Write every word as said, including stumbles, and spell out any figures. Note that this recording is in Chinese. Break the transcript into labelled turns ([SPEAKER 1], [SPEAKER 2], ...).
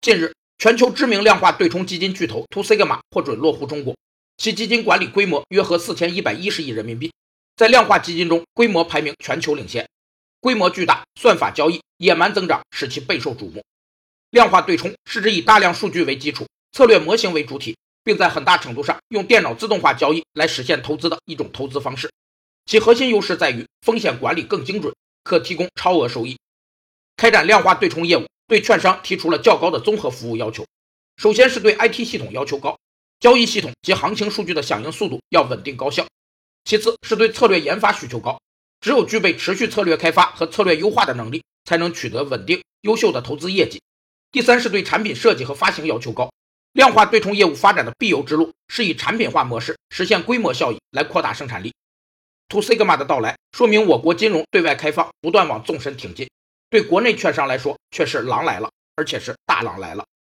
[SPEAKER 1] 近日，全球知名量化对冲基金巨头 Two Sigma 获准落户中国，其基金管理规模约合四千一百一十亿人民币，在量化基金中规模排名全球领先。规模巨大，算法交易，野蛮增长，使其备受瞩目。量化对冲是指以大量数据为基础，策略模型为主体，并在很大程度上用电脑自动化交易来实现投资的一种投资方式。其核心优势在于风险管理更精准，可提供超额收益。开展量化对冲业务对券商提出了较高的综合服务要求。首先是对 I T 系统要求高，交易系统及行情数据的响应速度要稳定高效。其次是对策略研发需求高，只有具备持续策略开发和策略优化的能力，才能取得稳定优秀的投资业绩。第三是对产品设计和发行要求高，量化对冲业务发展的必由之路是以产品化模式实现规模效益来扩大生产力。Two Sigma 的到来说明我国金融对外开放不断往纵深挺进，对国内券商来说却是狼来了，而且是大狼来了。